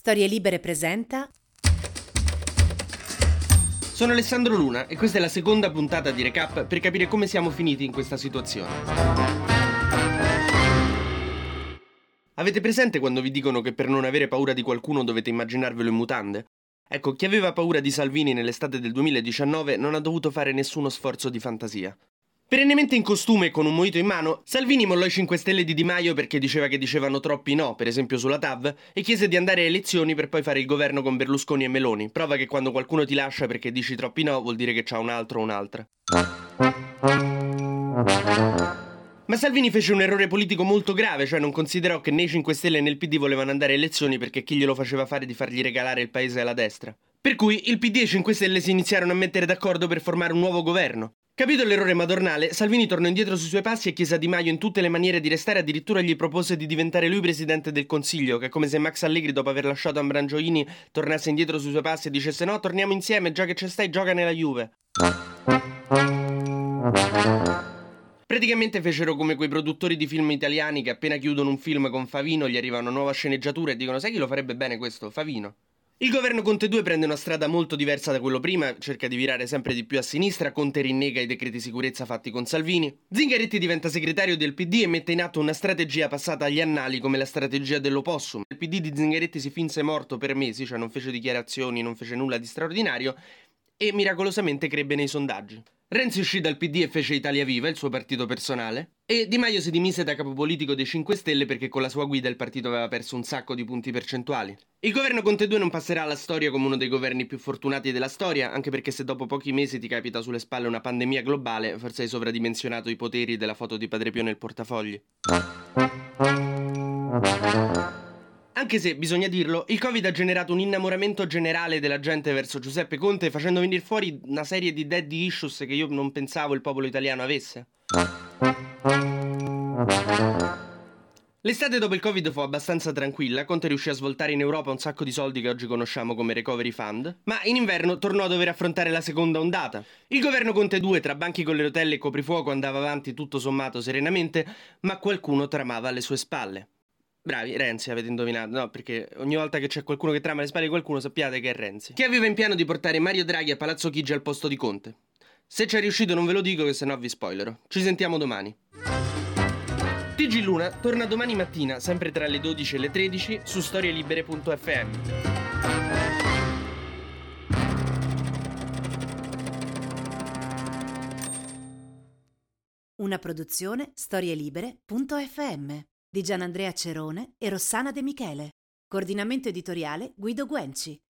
Storie Libere presenta. Sono Alessandro Luna e questa è la seconda puntata di Recap per capire come siamo finiti in questa situazione. Avete presente quando vi dicono che per non avere paura di qualcuno dovete immaginarvelo in mutande? Ecco, chi aveva paura di Salvini nell'estate del 2019 non ha dovuto fare nessuno sforzo di fantasia. Perennemente in costume e con un mojito in mano, Salvini mollò i 5 Stelle di Di Maio perché diceva che dicevano troppi no, per esempio sulla TAV, e chiese di andare a elezioni per poi fare il governo con Berlusconi e Meloni. Prova che quando qualcuno ti lascia perché dici troppi no, vuol dire che c'ha un altro o un'altra. Ma Salvini fece un errore politico molto grave, cioè non considerò che né i 5 Stelle né il PD volevano andare a elezioni perché chi glielo faceva fare di fargli regalare il paese alla destra. Per cui il PD e i 5 Stelle si iniziarono a mettere d'accordo per formare un nuovo governo. Capito l'errore madornale, Salvini tornò indietro sui suoi passi e chiese a Di Maio in tutte le maniere di restare, addirittura gli propose di diventare lui presidente del Consiglio, che è come se Max Allegri dopo aver lasciato Ambrangioini tornasse indietro sui suoi passi e dicesse no, torniamo insieme, già che ci stai gioca nella Juve. Praticamente fecero come quei produttori di film italiani che appena chiudono un film con Favino gli arriva una nuova sceneggiatura e dicono sai chi lo farebbe bene questo? Favino. Il governo Conte 2 prende una strada molto diversa da quello prima, cerca di virare sempre di più a sinistra, Conte rinnega i decreti sicurezza fatti con Salvini, Zingaretti diventa segretario del PD e mette in atto una strategia passata agli annali come la strategia dell'opossum. Il PD di Zingaretti si finse morto per mesi, cioè non fece dichiarazioni, non fece nulla di straordinario e miracolosamente crebbe nei sondaggi. Renzi uscì dal PD e fece Italia Viva, il suo partito personale, e Di Maio si dimise da capo politico dei 5 Stelle perché con la sua guida il partito aveva perso un sacco di punti percentuali. Il governo Conte 2 non passerà alla storia come uno dei governi più fortunati della storia, anche perché se dopo pochi mesi ti capita sulle spalle una pandemia globale, forse hai sovradimensionato i poteri della foto di Padre Pio nel portafogli. Anche se, bisogna dirlo, il Covid ha generato un innamoramento generale della gente verso Giuseppe Conte, facendo venire fuori una serie di daddy issues che io non pensavo il popolo italiano avesse. L'estate dopo il Covid fu abbastanza tranquilla, Conte riuscì a svoltare in Europa un sacco di soldi che oggi conosciamo come Recovery Fund, ma in inverno tornò a dover affrontare la seconda ondata. Il governo Conte 2, tra banchi con le rotelle e coprifuoco, andava avanti tutto sommato serenamente, ma qualcuno tramava alle sue spalle. Bravi, Renzi, avete indovinato, no? Perché ogni volta che c'è qualcuno che trama le spalle di qualcuno sappiate che è Renzi. Che aveva in piano di portare Mario Draghi a Palazzo Chigi al posto di Conte. Se ci è riuscito non ve lo dico che sennò vi spoilerò. Ci sentiamo domani. TG Luna torna domani mattina, sempre tra le 12 e le 13, su storielibere.fm. Una produzione storielibere.fm di Gianandrea Cerone e Rossana De Michele. Coordinamento editoriale Guido Guenci.